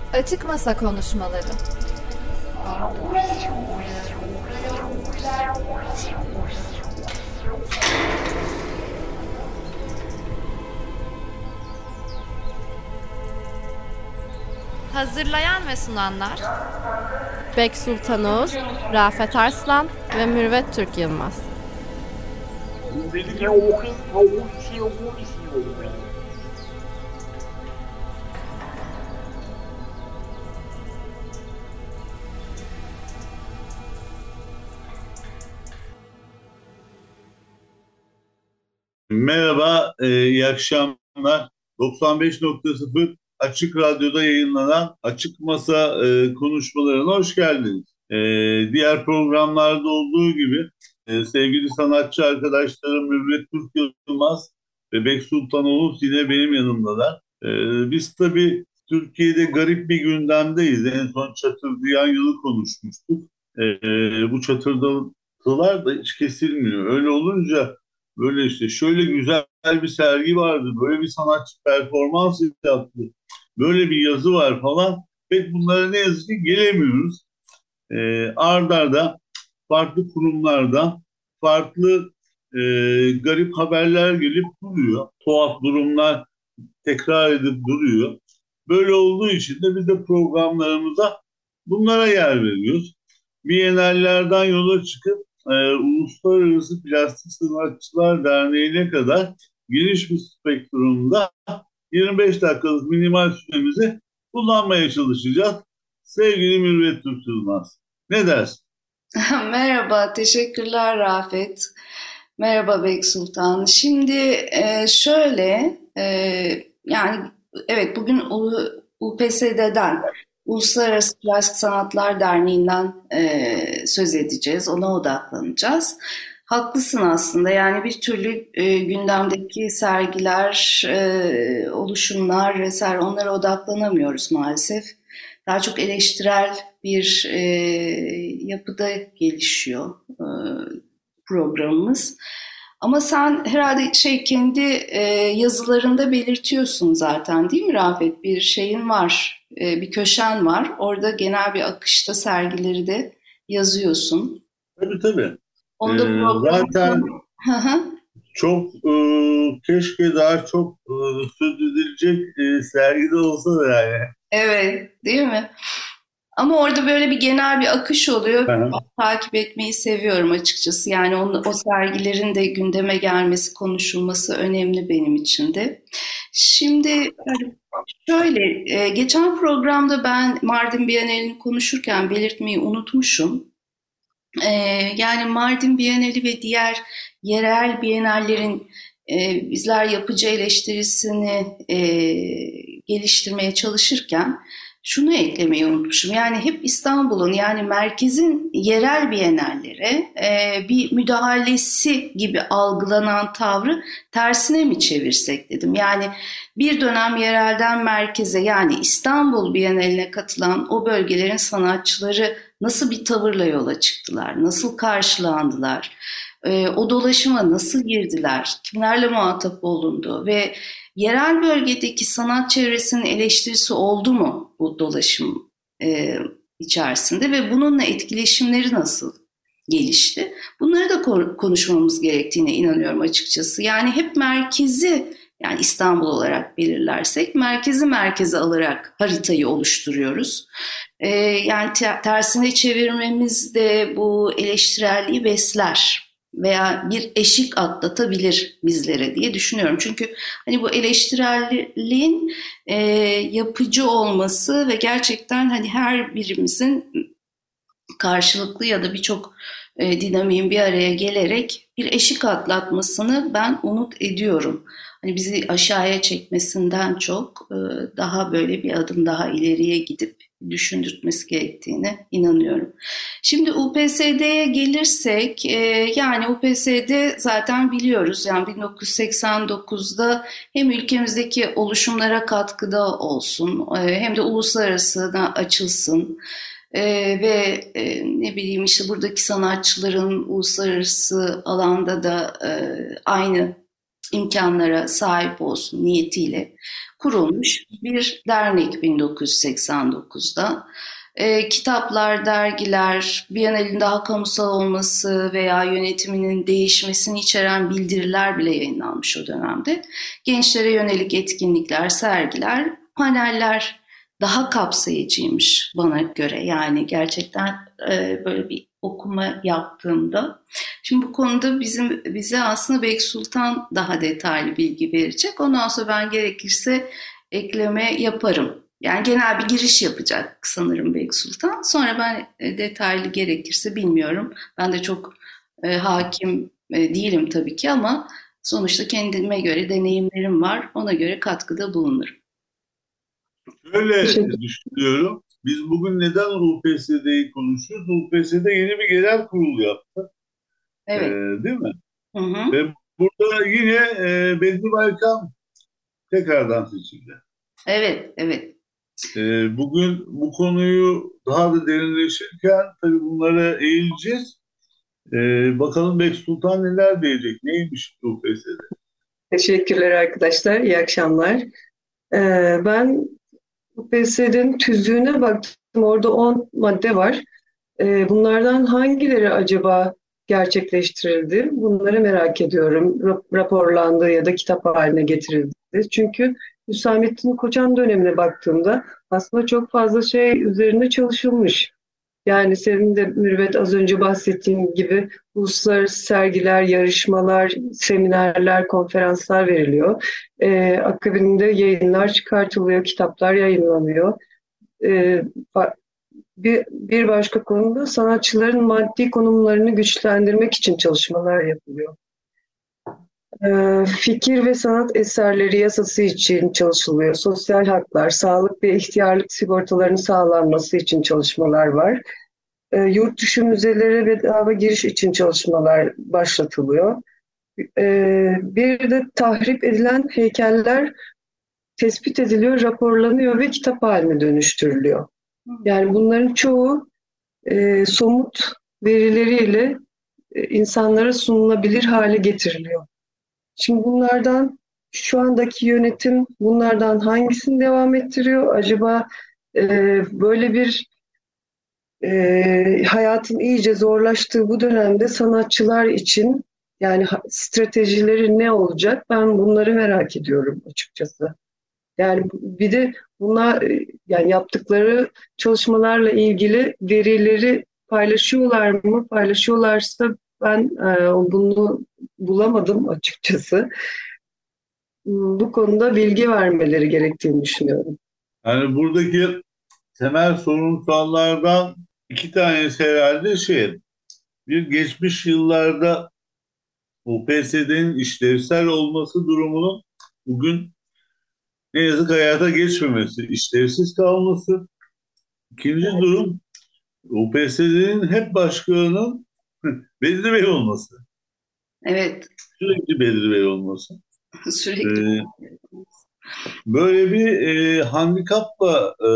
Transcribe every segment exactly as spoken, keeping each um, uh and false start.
Açık Masa Konuşmaları. Hazırlayan ve sunanlar Bek Sultan Oğuz, Rafet Arslan ve Mürvet Türk Yılmaz. Merhaba, e, iyi akşamlar. doksan beş nokta sıfır Açık Radyo'da yayınlanan Açık Masa e, konuşmalarına hoş geldiniz. E, diğer programlarda olduğu gibi e, sevgili sanatçı arkadaşlarım Mürvet Türk Yılmaz ve Bek Sultan Oğuz yine benim yanımdalar. E, biz tabii Türkiye'de garip bir gündemdeyiz. En son çatırdayan yılı konuşmuştuk. E, e, bu çatırdatılar da hiç kesilmiyor. Öyle olunca böyle işte şöyle güzel bir sergi vardı, böyle bir sanatçı performans yaptı, böyle bir yazı var falan. Pek bunlara ne yazık ki gelemiyoruz. Ee, ard arda farklı kurumlardan farklı e, garip haberler gelip duruyor. Tuhaf durumlar tekrar edip duruyor. Böyle olduğu için de biz de programlarımıza bunlara yer veriyoruz. Bienallerden yola çıkıp e, Uluslararası Plastik Sanatçılar Derneği'ne kadar geniş bir spektrumda yirmi beş dakikalık minimal süremizi kullanmaya çalışacağız. Sevgili Mürvet Türk Yılmaz, ne dersin? Merhaba, teşekkürler Rafet. Merhaba Bek Sultan. Şimdi e, şöyle, e, yani evet bugün U P S D'den, Uluslararası Plastik Sanatlar Derneği'nden e, söz edeceğiz, ona odaklanacağız. Haklısın aslında, yani bir türlü e, gündemdeki sergiler, e, oluşumlar vesaire onlara odaklanamıyoruz maalesef. Daha çok eleştirel bir e, yapıda gelişiyor e, programımız. Ama sen herhalde şey kendi e, yazılarında belirtiyorsun zaten, değil mi Rafet? Bir şeyin var, e, bir köşen var. Orada genel bir akışta sergileri de yazıyorsun. Tabii tabii. Onda Ee, zaten çok e, keşke daha çok e, söz edilecek e, sergide olsa da yani. Evet, değil mi? Ama orada böyle bir genel bir akış oluyor. Hı-hı. Takip etmeyi seviyorum açıkçası. Yani o, o sergilerin de gündeme gelmesi, konuşulması önemli benim için de. Şimdi şöyle, e, geçen programda ben Mardin Bienalini konuşurken belirtmeyi unutmuşum. E, yani Mardin Bienali ve diğer yerel bienallerin e, bizler yapıcı eleştirisini e, geliştirmeye çalışırken şunu eklemeyi unutmuşum. Yani hep İstanbul'un, yani merkezin yerel bienallere e, bir müdahalesi gibi algılanan tavrı tersine mi çevirsek dedim. Yani bir dönem yerelden merkeze, yani İstanbul Bienali'ne katılan o bölgelerin sanatçıları nasıl bir tavırla yola çıktılar, nasıl karşılandılar, e, o dolaşıma nasıl girdiler, kimlerle muhatap olundu ve yerel bölgedeki sanat çevresinin eleştirisi oldu mu bu dolaşım e, içerisinde ve bununla etkileşimleri nasıl gelişti? Bunları da konuşmamız gerektiğine inanıyorum açıkçası. Yani hep merkezi, yani İstanbul olarak belirlersek merkezi merkeze alarak haritayı oluşturuyoruz. Ee, yani tersine çevirmemiz de bu eleştirelliği besler veya bir eşik atlatabilir bizlere diye düşünüyorum. Çünkü hani bu eleştirelliğin e, yapıcı olması ve gerçekten hani her birimizin karşılıklı ya da birçok e, dinamiğin bir araya gelerek bir eşik atlatmasını ben umut ediyorum. Hani bizi aşağıya çekmesinden çok e, daha böyle bir adım daha ileriye gidip düşündürtmesi gerektiğine inanıyorum. Şimdi U P S D'ye gelirsek, e, yani U P S D zaten biliyoruz, yani bin dokuz yüz seksen dokuzda hem ülkemizdeki oluşumlara katkıda olsun, e, hem de uluslararası açılsın. Ee, ve e, ne bileyim işte buradaki sanatçıların uluslararası alanda da e, aynı imkanlara sahip olsun niyetiyle kurulmuş bir dernek bin dokuz yüz seksen dokuzda. E, kitaplar, dergiler, Bienal'in daha kamusal olması veya yönetiminin değişmesini içeren bildiriler bile yayınlanmış o dönemde. Gençlere yönelik etkinlikler, sergiler, paneller daha kapsayıcıymış bana göre. Yani gerçekten e, böyle bir okuma yaptığımda. Şimdi bu konuda bizim bize aslında Beyk Sultan daha detaylı bilgi verecek. Ondan sonra ben gerekirse ekleme yaparım. Yani genel bir giriş yapacak sanırım Beyk Sultan. Sonra ben e, detaylı gerekirse bilmiyorum. Ben de çok e, hakim e, değilim tabii ki ama sonuçta kendime göre deneyimlerim var. Ona göre katkıda bulunurum. Şöyle düşünüyorum. Biz bugün neden U P S D'yi konuşuyoruz? U P S D yeni bir genel kurul yaptı. Evet. Ee, değil mi? Hı hı. Ve burada yine e, Bedri Baykan tekrardan seçildi. Evet, evet. Ee, bugün bu konuyu daha da derinleşirken tabii bunlara eğileceğiz. Ee, bakalım Beyk Sultan neler diyecek? Neymiş U P S D? Teşekkürler arkadaşlar. İyi akşamlar. Ee, ben U P S D'nin tüzüğüne baktım. Orada on madde var. Ee, bunlardan hangileri acaba gerçekleştirildi? Bunları merak ediyorum. Rap- raporlandı ya da kitap haline getirildi. Çünkü Hüsamettin Koçan dönemine baktığımda aslında çok fazla şey üzerine çalışılmış. Yani senin de Mürüvvet az önce bahsettiğin gibi uluslararası sergiler, yarışmalar, seminerler, konferanslar veriliyor. Ee, akabinde yayınlar çıkartılıyor, kitaplar yayınlanıyor. Ee, bir, bir başka konuda sanatçıların maddi konumlarını güçlendirmek için çalışmalar yapılıyor. Ee, fikir ve sanat eserleri yasası için çalışılıyor. Sosyal haklar, sağlık ve ihtiyarlık sigortalarının sağlanması için çalışmalar var. E, yurt dışı müzelere bedava giriş için çalışmalar başlatılıyor. E, bir de tahrip edilen heykeller tespit ediliyor, raporlanıyor ve kitap haline dönüştürülüyor. Yani bunların çoğu e, somut verileriyle e, insanlara sunulabilir hale getiriliyor. Şimdi bunlardan şu andaki yönetim bunlardan hangisini devam ettiriyor? Acaba e, böyle bir e, hayatın iyice zorlaştığı bu dönemde sanatçılar için yani stratejileri ne olacak? Ben bunları merak ediyorum açıkçası. Yani bir de bunlar yani yaptıkları çalışmalarla ilgili verileri paylaşıyorlar mı? Paylaşıyorlarsa ben e, bunu bulamadım açıkçası. Bu konuda bilgi vermeleri gerektiğini düşünüyorum. Yani buradaki temel sorunsallardan iki tanesi herhalde şey, bir geçmiş yıllarda U P S D'nin işlevsel olması durumunun bugün ne yazık hayata geçmemesi, işlevsiz kalması. İkinci Evet. durum U P S D'nin hep başkanının Bedri Bey olması. Evet. Sürekli Bedri Bey olması. Sürekli. Ee, böyle bir e, handikapla e,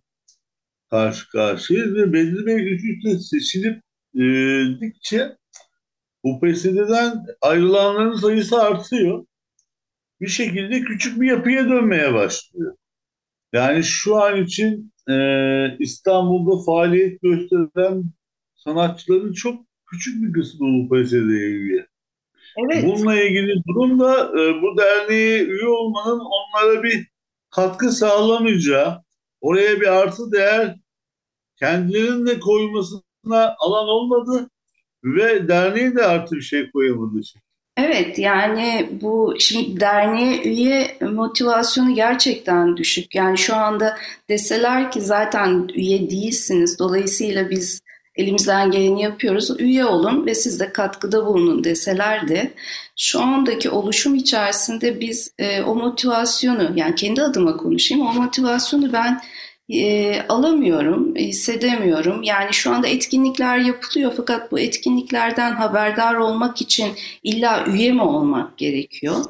karşı karşıyayız ve Bedri Bey üst üste seçilip e, dikçe U P S D'den ayrılanların sayısı artıyor. Bir şekilde küçük bir yapıya dönmeye başlıyor. Yani şu an için e, İstanbul'da faaliyet gösteren sanatçıların çok küçük bir kısmı U P S D'ye üye. Evet. Bununla ilgili durum da e, bu derneğe üye olmanın onlara bir katkı sağlamayacağı, oraya bir artı değer kendilerinin de koymasına alan olmadı ve derneğin de artı bir şey koyamadı. Evet, yani bu şimdi derneğe üye motivasyonu gerçekten düşük. Yani şu anda deseler ki zaten üye değilsiniz, dolayısıyla biz elimizden geleni yapıyoruz, üye olun ve siz de katkıda bulunun deseler de şu andaki oluşum içerisinde biz e, o motivasyonu, yani kendi adıma konuşayım, o motivasyonu ben e, alamıyorum, hissedemiyorum. Yani şu anda etkinlikler yapılıyor fakat bu etkinliklerden haberdar olmak için illa üye mi olmak gerekiyor?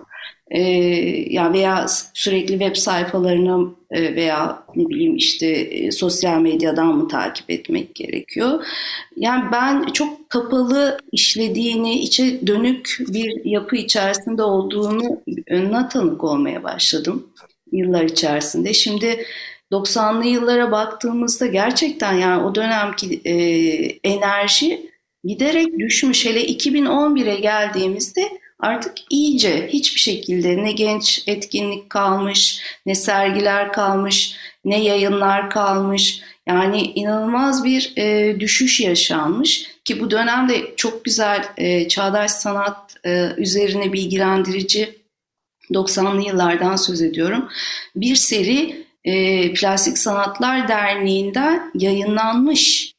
E, ya veya sürekli web sayfalarına e, veya ne bileyim işte e, sosyal medyadan mı takip etmek gerekiyor? Yani ben çok kapalı işlediğini, içe dönük bir yapı içerisinde olduğunu önüne tanık olmaya başladım yıllar içerisinde. Şimdi doksanlı yıllara baktığımızda gerçekten yani o dönemki e, enerji giderek düşmüş. Hele iki bin on bire geldiğimizde artık iyice hiçbir şekilde ne genç etkinlik kalmış, ne sergiler kalmış, ne yayınlar kalmış. Yani inanılmaz bir e, düşüş yaşanmış ki bu dönemde çok güzel e, çağdaş sanat e, üzerine bilgilendirici doksanlı yıllardan söz ediyorum. Bir seri e, Plastik Sanatlar Derneği'nden yayınlanmış,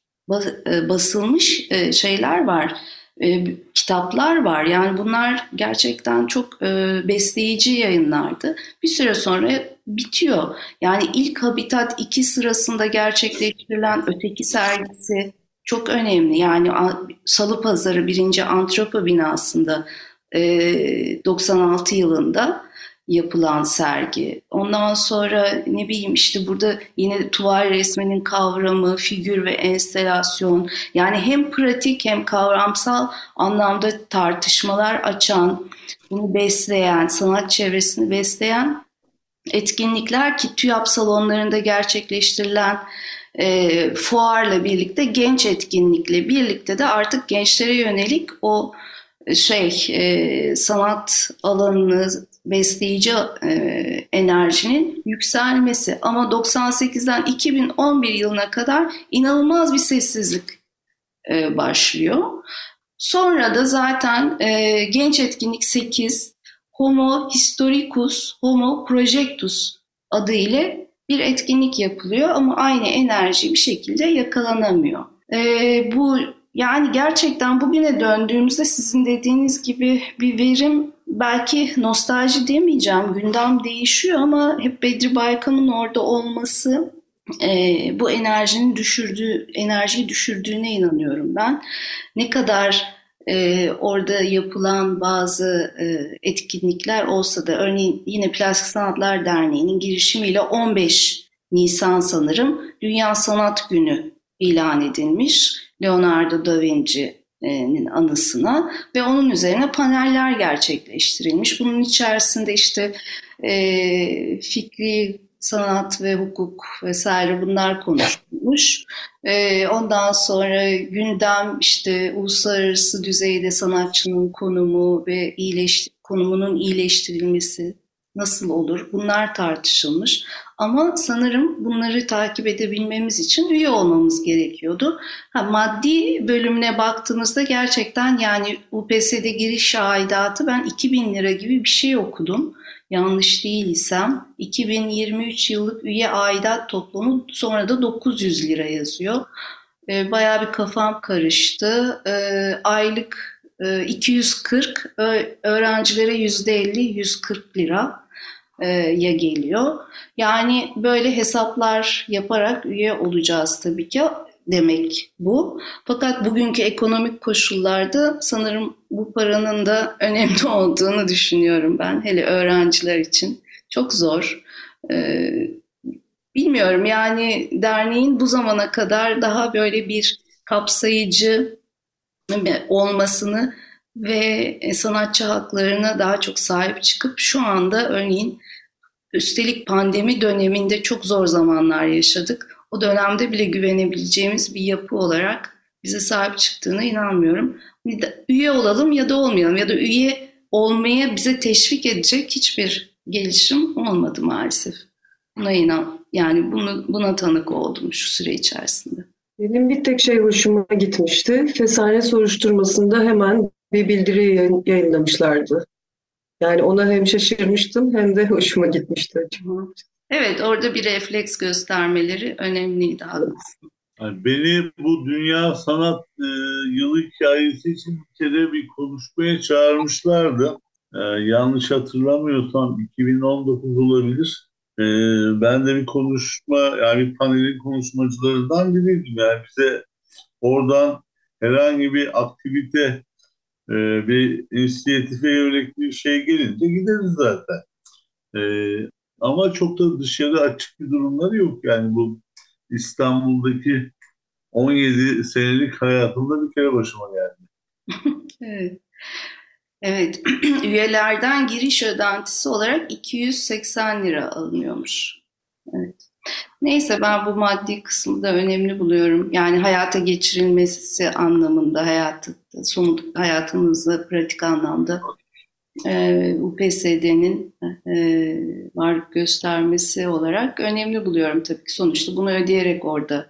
basılmış e, şeyler var. E, kitaplar var. Yani bunlar gerçekten çok e, besleyici yayınlardı. Bir süre sonra bitiyor. Yani ilk Habitat iki sırasında gerçekleştirilen Öteki sergisi çok önemli. Yani Salıpazarı birinci Antropo binasında e, doksan altı yılında yapılan sergi. Ondan sonra ne bileyim işte burada yine tuval resminin kavramı, figür ve enstelasyon, yani hem pratik hem kavramsal anlamda tartışmalar açan, bunu besleyen, sanat çevresini besleyen etkinlikler ki TÜYAP salonlarında gerçekleştirilen e, fuarla birlikte, genç etkinlikle birlikte de artık gençlere yönelik o şey e, sanat alanını besleyici e, enerjinin yükselmesi. Ama doksan sekizden iki bin on bir yılına kadar inanılmaz bir sessizlik e, başlıyor. Sonra da zaten e, genç etkinlik sekiz, Homo Historicus, Homo Projectus adı ile bir etkinlik yapılıyor ama aynı enerji bir şekilde yakalanamıyor. E, bu yani gerçekten bugüne döndüğümüzde sizin dediğiniz gibi bir verim, belki nostalji demeyeceğim, gündem değişiyor ama hep Bedri Baykam'ın orada olması e, bu enerjinin düşürdüğü, enerjiyi düşürdüğüne inanıyorum ben. Ne kadar e, orada yapılan bazı e, etkinlikler olsa da, örneğin yine Plastik Sanatlar Derneği'nin girişimiyle on beş Nisan sanırım Dünya Sanat Günü ilan edilmiş, Leonardo da Vinci'nin anısına ve onun üzerine paneller gerçekleştirilmiş. Bunun içerisinde işte e, fikri sanat ve hukuk vesaire bunlar konuşulmuş. E, ondan sonra gündem işte uluslararası düzeyde sanatçının konumu ve iyileş, konumunun iyileştirilmesi nasıl olur? Bunlar tartışılmış. Ama sanırım bunları takip edebilmemiz için üye olmamız gerekiyordu. Ha, maddi bölümüne baktığımızda gerçekten yani U P S D giriş aidatı ben iki bin lira gibi bir şey okudum. Yanlış değilsem iki bin yirmi üç yıllık üye aidat toplamı sonra da dokuz yüz lira yazıyor. Ee, bayağı bir kafam karıştı. Ee, aylık e, iki yüz kırk, öğrencilere yüzde elli, yüz kırk lira ya geliyor. Yani böyle hesaplar yaparak üye olacağız tabii ki, demek bu. Fakat bugünkü ekonomik koşullarda sanırım bu paranın da önemli olduğunu düşünüyorum ben. Hele öğrenciler için çok zor. Ee, bilmiyorum yani derneğin bu zamana kadar daha böyle bir kapsayıcı olmasını ve sanatçı haklarına daha çok sahip çıkıp şu anda örneğin üstelik pandemi döneminde çok zor zamanlar yaşadık. O dönemde bile güvenebileceğimiz bir yapı olarak bize sahip çıktığına inanmıyorum. Üye olalım ya da olmayalım ya da üye olmaya bize teşvik edecek hiçbir gelişim olmadı maalesef. Buna inan, yani bunu, buna tanık oldum şu süre içerisinde. Benim bir tek şey hoşuma gitmişti. Fesane soruşturmasında hemen bir bildiri yayınlamışlardı. Yani ona hem şaşırmıştım hem de hoşuma gitmişti. Evet, orada bir refleks göstermeleri önemliydi haklısın. Yani beni bu Dünya Sanat e, Yılı hikayesi için bir kere bir konuşmaya çağırmışlardı. E, yanlış hatırlamıyorsam iki bin on dokuz olabilir. E, ben de bir konuşma, yani bir panelin konuşmacılarından biriydim. Yani bize oradan herhangi bir aktivite e, bir inisiyatife yönelik bir şey gelince gideriz zaten. E, Ama çok da dışarı açık bir durumları yok. Yani bu İstanbul'daki on yedi senelik hayatımda bir kere başıma geldi. Evet. Evet, üyelerden giriş ödentisi olarak iki yüz seksen lira alınıyormuş. Evet. Neyse ben bu maddi kısmı da önemli buluyorum. Yani hayata geçirilmesi anlamında, hayatı, somut hayatımızda pratik anlamda e, U P S D'nin e, varlık göstermesi olarak önemli buluyorum tabii ki. Sonuçta bunu ödeyerek orada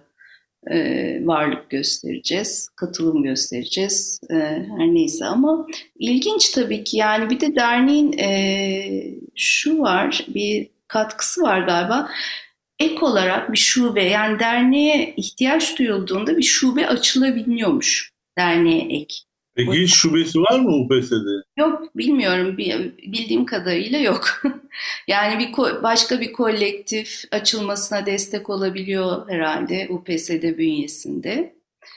e, varlık göstereceğiz, katılım göstereceğiz, e, her neyse ama ilginç tabii ki yani bir de derneğin e, şu var, bir katkısı var galiba. Ek olarak bir şube yani derneğe ihtiyaç duyulduğunda bir şube açılabiliyormuş derneğe ek. Peki hiç şubesi var mı U P S D'nin? Yok bilmiyorum bildiğim kadarıyla yok. Yani bir başka bir kolektif açılmasına destek olabiliyor herhalde U P S D bünyesinde.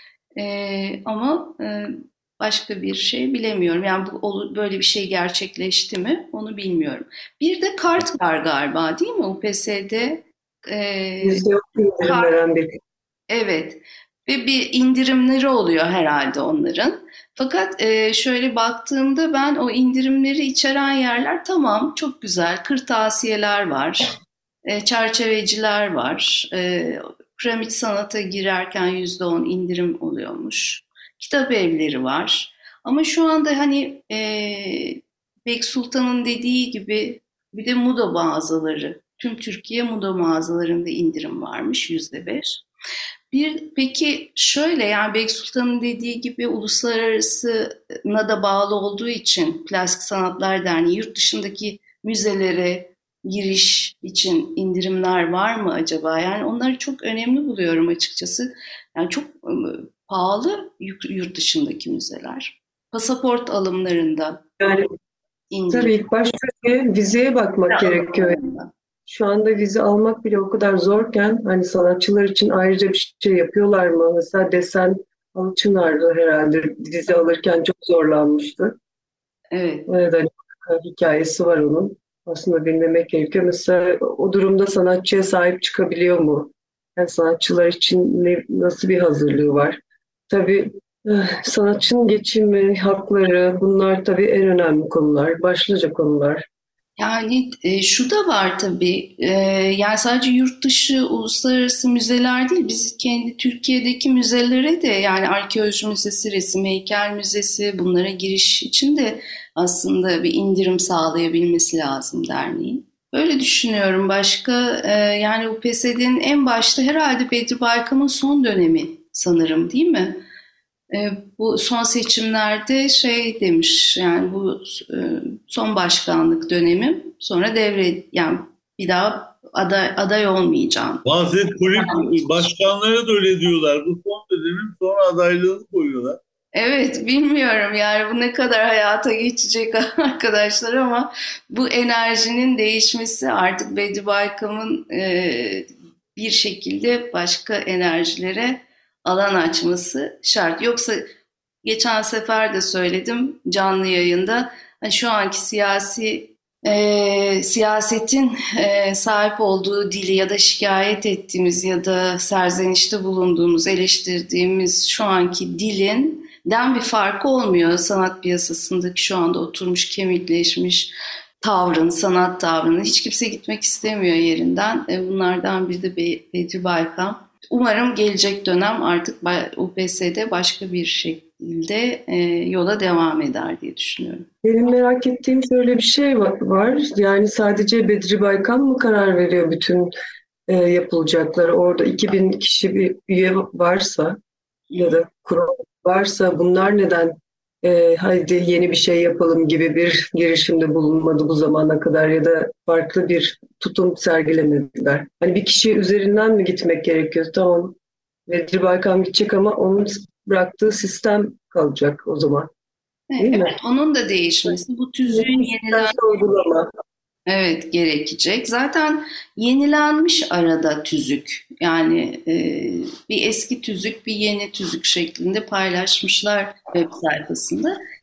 Ee, ama e, başka bir şey bilemiyorum. Yani bu, böyle bir şey gerçekleşti mi onu bilmiyorum. Bir de kart var galiba değil mi U P S D? Ee, Yüzde yok indirim veren bir. Evet ve bir indirimleri oluyor herhalde onların. Fakat e, şöyle baktığımda ben o indirimleri içeren yerler tamam çok güzel. Kırtasiyeler var, e, çerçeveciler var. E, piramit sanata girerken yüzde on indirim oluyormuş. Kitap evleri var. Ama şu anda hani e, Bek Sultan'ın dediği gibi bir de Mudo mağazaları. Tüm Türkiye Mudo mağazalarında indirim varmış yüzde beş. Bir, peki şöyle yani Bek Sultan'ın dediği gibi uluslararasına da bağlı olduğu için Plastik Sanatlar Derneği yurt dışındaki müzelere giriş için indirimler var mı acaba? Yani onları çok önemli buluyorum açıkçası. Yani çok pahalı yurt dışındaki müzeler. Pasaport alımlarında yani, indirim. Tabii ilk başta vizeye bakmak gerekiyor. Alımlarında. Şu anda vize almak bile o kadar zorken hani sanatçılar için ayrıca bir şey yapıyorlar mı? Mesela Desen Alçınar'da herhalde vize alırken çok zorlanmıştı. Evet. Öyle de hikayesi var onun. Aslında bilmemek gerekiyor. Mesela o durumda sanatçıya sahip çıkabiliyor mu? Yani sanatçılar için ne, nasıl bir hazırlığı var? Tabii sanatçının geçimi, hakları bunlar tabii en önemli konular, başlıca konular. Yani e, şu da var tabii, e, yani sadece yurt dışı uluslararası müzeler değil, biz kendi Türkiye'deki müzelere de yani arkeoloji müzesi, resim heykel müzesi bunlara giriş için de aslında bir indirim sağlayabilmesi lazım derneğin. Öyle düşünüyorum. Başka e, yani U P S D'nin en başta herhalde Bedri Baykam'ın son dönemi sanırım değil mi? E, bu son seçimlerde şey demiş yani bu e, son başkanlık dönemim sonra devre yani bir daha aday, aday olmayacağım. Bazı kulüp başkanları da öyle diyorlar. Bu son dönemin sonra adaylığını koyuyorlar. Evet bilmiyorum yani bu ne kadar hayata geçecek arkadaşlar ama bu enerjinin değişmesi artık Bedri Baykam'ın e, bir şekilde başka enerjilere alan açması şart. Yoksa geçen sefer de söyledim canlı yayında hani şu anki siyasi e, siyasetin e, sahip olduğu dili ya da şikayet ettiğimiz ya da serzenişte bulunduğumuz, eleştirdiğimiz şu anki dilin den bir farkı olmuyor sanat piyasasındaki şu anda oturmuş kemikleşmiş tavrın, sanat tavrının. Hiç kimse gitmek istemiyor yerinden. E, bunlardan biri de Bedri Baykam. Umarım gelecek dönem artık U P S D başka bir şekilde e, yola devam eder diye düşünüyorum. Benim merak ettiğim şöyle bir şey var. Yani sadece Bedri Baykam mı karar veriyor bütün e, yapılacakları? Orada iki bin kişi bir üye varsa ya da kurum varsa bunlar neden e, haydi yeni bir şey yapalım gibi bir girişimde bulunmadı bu zamana kadar ya da farklı bir tutum sergilemediler. Hani bir kişi üzerinden mi gitmek gerekiyor? Tamam Bedri Baykam gidecek ama onun bıraktığı sistem kalacak o zaman. Değil evet, mi? Onun da değişmesi, bu tüzüğün yenilenmesi evet gerekecek. Zaten yenilenmiş arada tüzük. Yani e, bir eski tüzük, bir yeni tüzük şeklinde paylaşmışlar web sayfasında.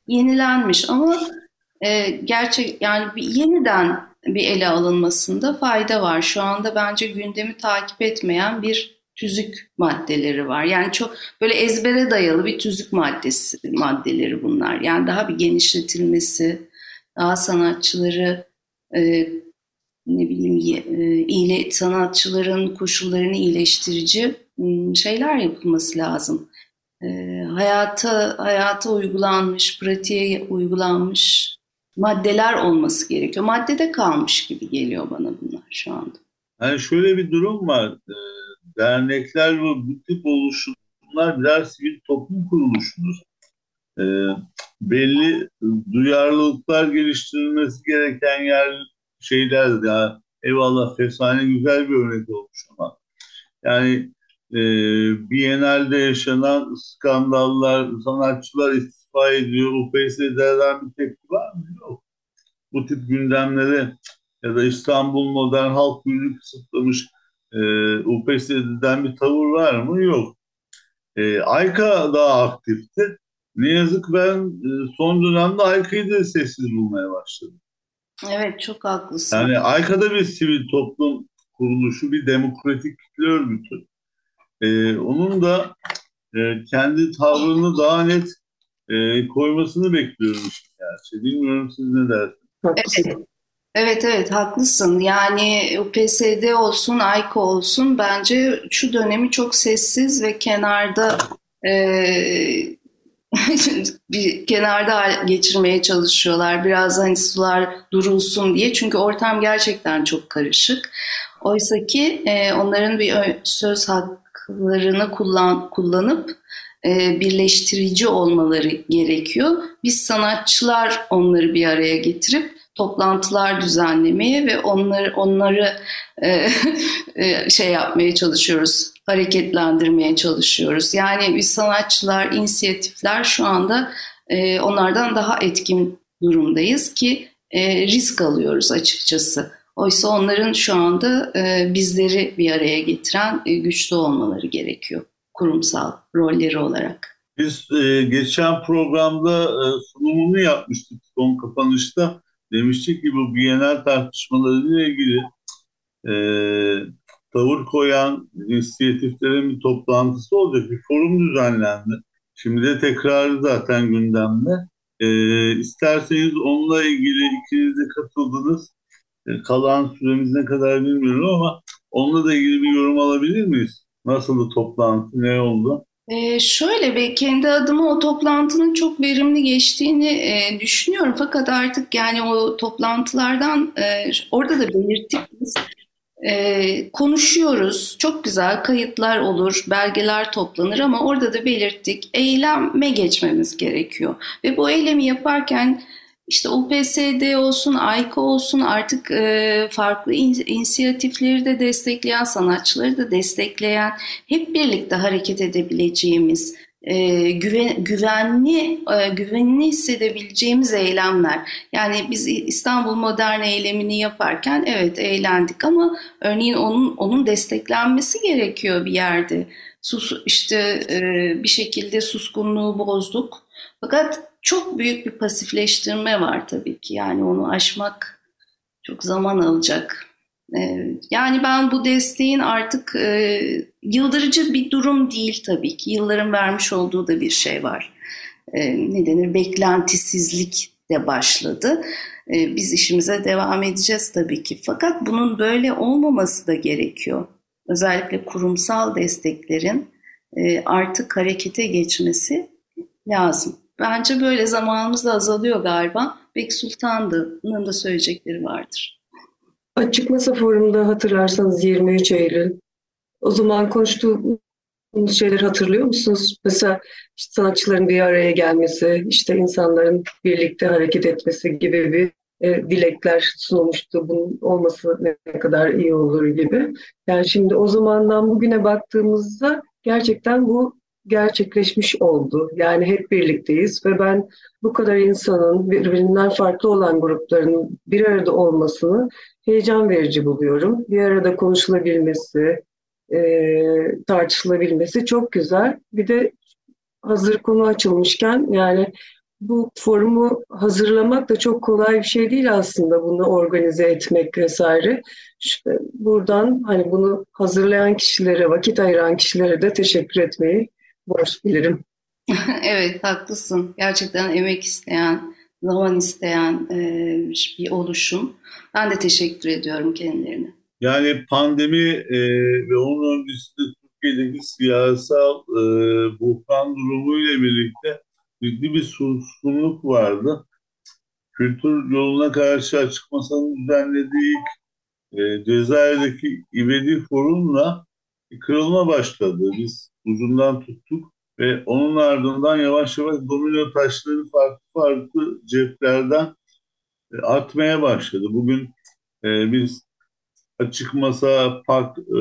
yenilenmiş ama e, gerçek yani bir, yeniden bir ele alınmasında fayda var. Şu anda bence gündemi takip etmeyen bir tüzük maddeleri var. Yani çok böyle ezbere dayalı bir tüzük maddesi maddeleri bunlar. Yani daha bir genişletilmesi, daha sanatçıları e, ne bileyim e, iyile, sanatçıların koşullarını iyileştirici m, şeyler yapılması lazım. E, hayata hayata uygulanmış, pratiğe uygulanmış maddeler olması gerekiyor. Maddede kalmış gibi geliyor bana bunlar şu anda. Yani şöyle bir durum var. Ee, dernekler ve bu tip oluşumlar birer sivil toplum kuruluşudur. Ee, belli duyarlılıklar geliştirilmesi gereken yer şeyler ya eyvallah Fesane güzel bir örnek olmuş ama yani e, Biennale'de yaşanan skandallar, sanatçılar istifa ediyor. U P S D'den bir tepki var mı? Yok. Bu tip gündemlere ya da İstanbul Modern Halk Günü kısıtlamış e, U P S D'den bir tavır var mı? Yok. E, AYKA daha aktifti. Ne yazık ben e, son dönemde AYKA'yı da sessiz bulmaya başladım. Evet, çok haklısın. Yani AYKA'da bir sivil toplum kuruluşu, bir demokratik kitle örgütü. E, onun da e, kendi tavrını daha net e, koymasını bekliyorum işte gerçi. Bilmiyorum siz ne dersiniz? Evet. Evet evet haklısın. Yani U P S D olsun, AYKA olsun bence şu dönemi çok sessiz ve kenarda e, bir kenarda geçirmeye çalışıyorlar. Biraz hani sular durulsun diye. Çünkü ortam gerçekten çok karışık. Oysa ki e, onların bir söz haklarını kullan, kullanıp e, birleştirici olmaları gerekiyor. Biz sanatçılar onları bir araya getirip toplantılar düzenlemeye ve onları onları e, e, şey yapmaya çalışıyoruz, hareketlendirmeye çalışıyoruz. Yani biz sanatçılar, inisiyatifler şu anda e, onlardan daha etkin durumdayız ki e, risk alıyoruz açıkçası. Oysa onların şu anda e, bizleri bir araya getiren e, güçlü olmaları gerekiyor kurumsal rolleri olarak. Biz e, geçen programda e, sunumunu yapmıştık son kapanışta. Demiştik ki bu Bienal tartışmalarıyla ilgili e, tavır koyan inisiyatiflerin bir toplantısı olacak. Bir forum düzenlendi. Şimdi de tekrarı zaten gündemde. E, isterseniz onunla ilgili ikiniz de katıldınız. E, kalan süremiz ne kadar bilmiyorum ama onunla da ilgili bir yorum alabilir miyiz? Nasıldı toplantı, ne oldu? Ee, şöyle ben kendi adıma o toplantının çok verimli geçtiğini e, düşünüyorum. Fakat artık yani o toplantılardan e, orada da belirttik biz. E, konuşuyoruz. Çok güzel kayıtlar olur, belgeler toplanır ama orada da belirttik. Eyleme geçmemiz gerekiyor. Ve bu eylemi yaparken işte U P S D olsun, AYKA olsun artık e, farklı in, inisiyatifleri de destekleyen, sanatçıları da destekleyen, hep birlikte hareket edebileceğimiz, e, güven, güvenli e, güvenli hissedebileceğimiz eylemler. Yani biz İstanbul Modern eylemini yaparken evet eğlendik ama örneğin onun onun desteklenmesi gerekiyor bir yerde. Sus işte e, bir şekilde suskunluğu bozduk. Fakat çok büyük bir pasifleştirme var tabii ki. Yani onu aşmak çok zaman alacak. Ee, yani ben bu desteğin artık e, yıldırıcı bir durum değil tabii ki. Yılların vermiş olduğu da bir şey var. Ee, ne denir? Beklentisizlik de başladı. Ee, biz işimize devam edeceğiz tabii ki. Fakat bunun böyle olmaması da gerekiyor. Özellikle kurumsal desteklerin e, artık harekete geçmesi lazım. Bence böyle zamanımız da azalıyor galiba. Bek Sultan'ın da söyleyecekleri vardır. Açık Masa Forumu'nda hatırlarsanız yirmi üç Eylül. O zaman konuştuğumuz şeyleri hatırlıyor musunuz? Mesela işte sanatçıların bir araya gelmesi, işte insanların birlikte hareket etmesi gibi bir e, dilekler sunulmuştu. Bunun olması ne kadar iyi olur gibi. Yani şimdi o zamandan bugüne baktığımızda gerçekten bu gerçekleşmiş oldu. Yani hep birlikteyiz ve ben bu kadar insanın birbirinden farklı olan grupların bir arada olmasını heyecan verici buluyorum. Bir arada konuşulabilmesi, e, tartışılabilmesi çok güzel. Bir de hazır konu açılmışken yani bu forumu hazırlamak da çok kolay bir şey değil aslında, bunu organize etmek vesaire. İşte buradan hani bunu hazırlayan kişilere, vakit ayıran kişilere de teşekkür etmeyi borç bilirim. Evet, haklısın. Gerçekten emek isteyen, zaman isteyen e, bir oluşum. Ben de teşekkür ediyorum kendilerine. Yani pandemi e, ve onun öncesinde Türkiye'deki siyasal e, buhran durumuyla birlikte ciddi bir suskunluk vardı. Kültür yoluna karşı Açık Masa'nın düzenlediği e, Cezayir'deki İvedi Forum'la kırılma başladı. Biz ucundan tuttuk ve onun ardından yavaş yavaş domino taşları farklı farklı ceplerden e, artmaya başladı. Bugün e, biz Açık Masa, PAK e,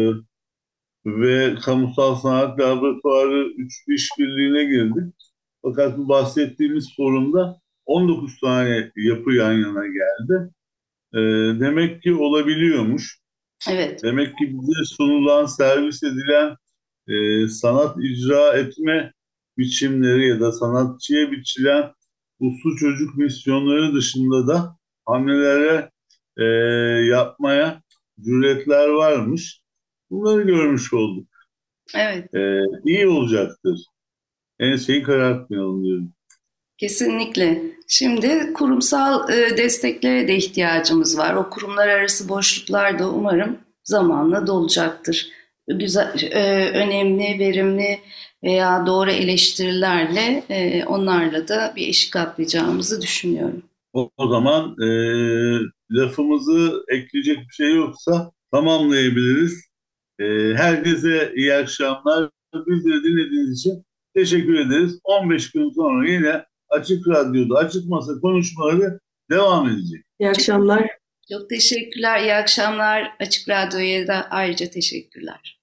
ve Kamusal Sanat Laboratuvarı üçlü işbirliğine girdik. Fakat bu bahsettiğimiz forumda on dokuz tane yapı yan yana geldi. E, demek ki olabiliyormuş. Evet. Demek ki bize sunulan, servis edilen e, sanat icra etme biçimleri ya da sanatçıya biçilen uslu çocuk misyonları dışında da hamlelere e, yapmaya cüretler varmış. Bunları görmüş olduk. Evet. E, iyi olacaktır. Enseyi karartmayalım diyorum. Kesinlikle. Şimdi kurumsal e, desteklere de ihtiyacımız var. O kurumlar arası boşluklar da umarım zamanla dolacaktır. Güzel, e, önemli, verimli veya doğru eleştirilerle e, onlarla da bir eşik atlayacağımızı düşünüyorum. O, o zaman e, lafımızı ekleyecek bir şey yoksa tamamlayabiliriz. E, herkese iyi akşamlar. Bizleri dinlediğiniz için teşekkür ederiz. on beş gün sonra yine Açık Radyo'da Açık Masa konuşmaları devam edecek. İyi akşamlar. Çok teşekkürler, iyi akşamlar. Açık Radyo'ya da ayrıca teşekkürler.